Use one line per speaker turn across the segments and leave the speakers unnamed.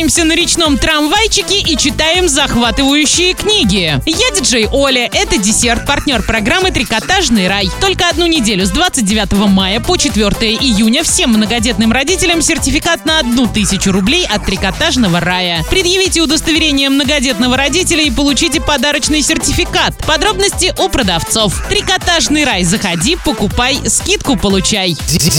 Катаемся на речном трамвайчике и читаем захватывающие книги. Я диджей Оля, это десерт, партнер программы «Трикотажный рай». Только одну неделю, с 29 мая по 4 июня, всем многодетным родителям сертификат на 1000 рублей от «Трикотажного рая». Предъявите удостоверение многодетного родителя и получите подарочный сертификат. Подробности у продавцов. «Трикотажный рай». Заходи, покупай, скидку получай.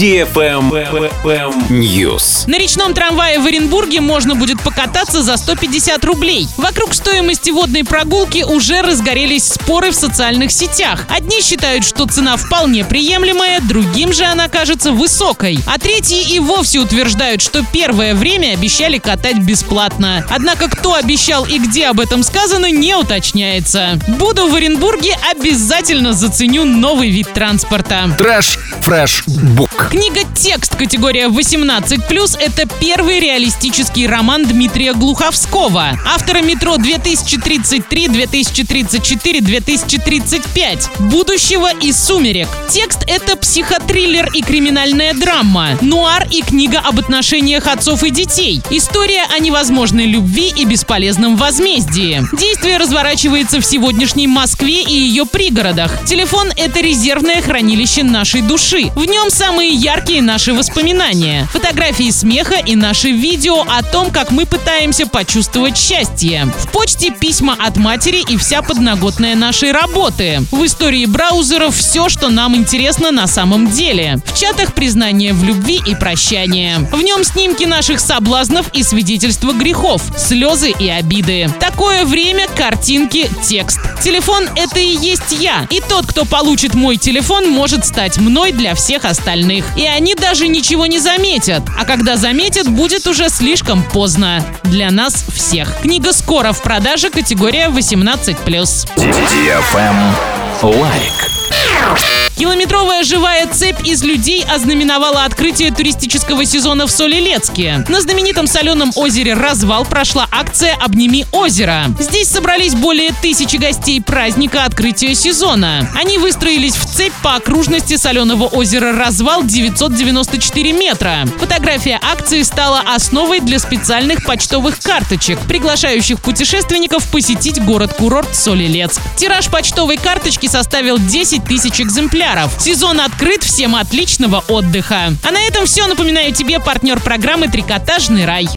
News.
На речном трамвае в Оренбурге можно будет покататься за 150 рублей. Вокруг стоимости водной прогулки уже разгорелись споры в социальных сетях. Одни считают, что цена вполне приемлемая, другим же она кажется высокой. А третьи и вовсе утверждают, что первое время обещали катать бесплатно. Однако кто обещал и где об этом сказано, не уточняется. Буду в Оренбурге, обязательно заценю новый вид транспорта.
Трэш Фрэш Бук.
Книга «Текст» категория 18+, это первый реалистический роман Дмитрия Глуховского, автора «Метро 2033», «2034», «2035», «Будущего» и «Сумерек». «Текст» — это психотриллер и криминальная драма, нуар и книга об отношениях отцов и детей, история о невозможной любви и бесполезном возмездии. Действие разворачивается в сегодняшней Москве и ее пригородах. Телефон — это резервное хранилище нашей души. В нем самые яркие наши воспоминания, фотографии смеха и наши видео о том, как мы пытаемся почувствовать счастье. В почте письма от матери и вся подноготная нашей работы. В истории браузеров все, что нам интересно на самом деле. В чатах признание в любви и прощание. В нем снимки наших соблазнов и свидетельства грехов, слезы и обиды. Такое время, картинки, текст. Телефон — это и есть я. И тот, кто получит мой телефон, может стать мной для всех остальных. И они даже ничего не заметят. А когда заметят, будет уже слишком поздно. Для нас всех. Книга скоро в продаже, категория 18+.
Лайк.
Километровая живая цепь из людей ознаменовала открытие туристического сезона в Солилецке. На знаменитом соленом озере Развал прошла акция «Обними озеро». Здесь собрались более 1000 гостей праздника открытия сезона. Они выстроились в цепь по окружности соленого озера Развал 994 метра. Фотография акции стала основой для специальных почтовых карточек, приглашающих путешественников посетить город-курорт Солилецк. Тираж почтовой карточки составил 10 000 экземпляров. Сезон открыт, всем отличного отдыха. А на этом все. Напоминаю тебе, партнер программы «Трикотажный рай».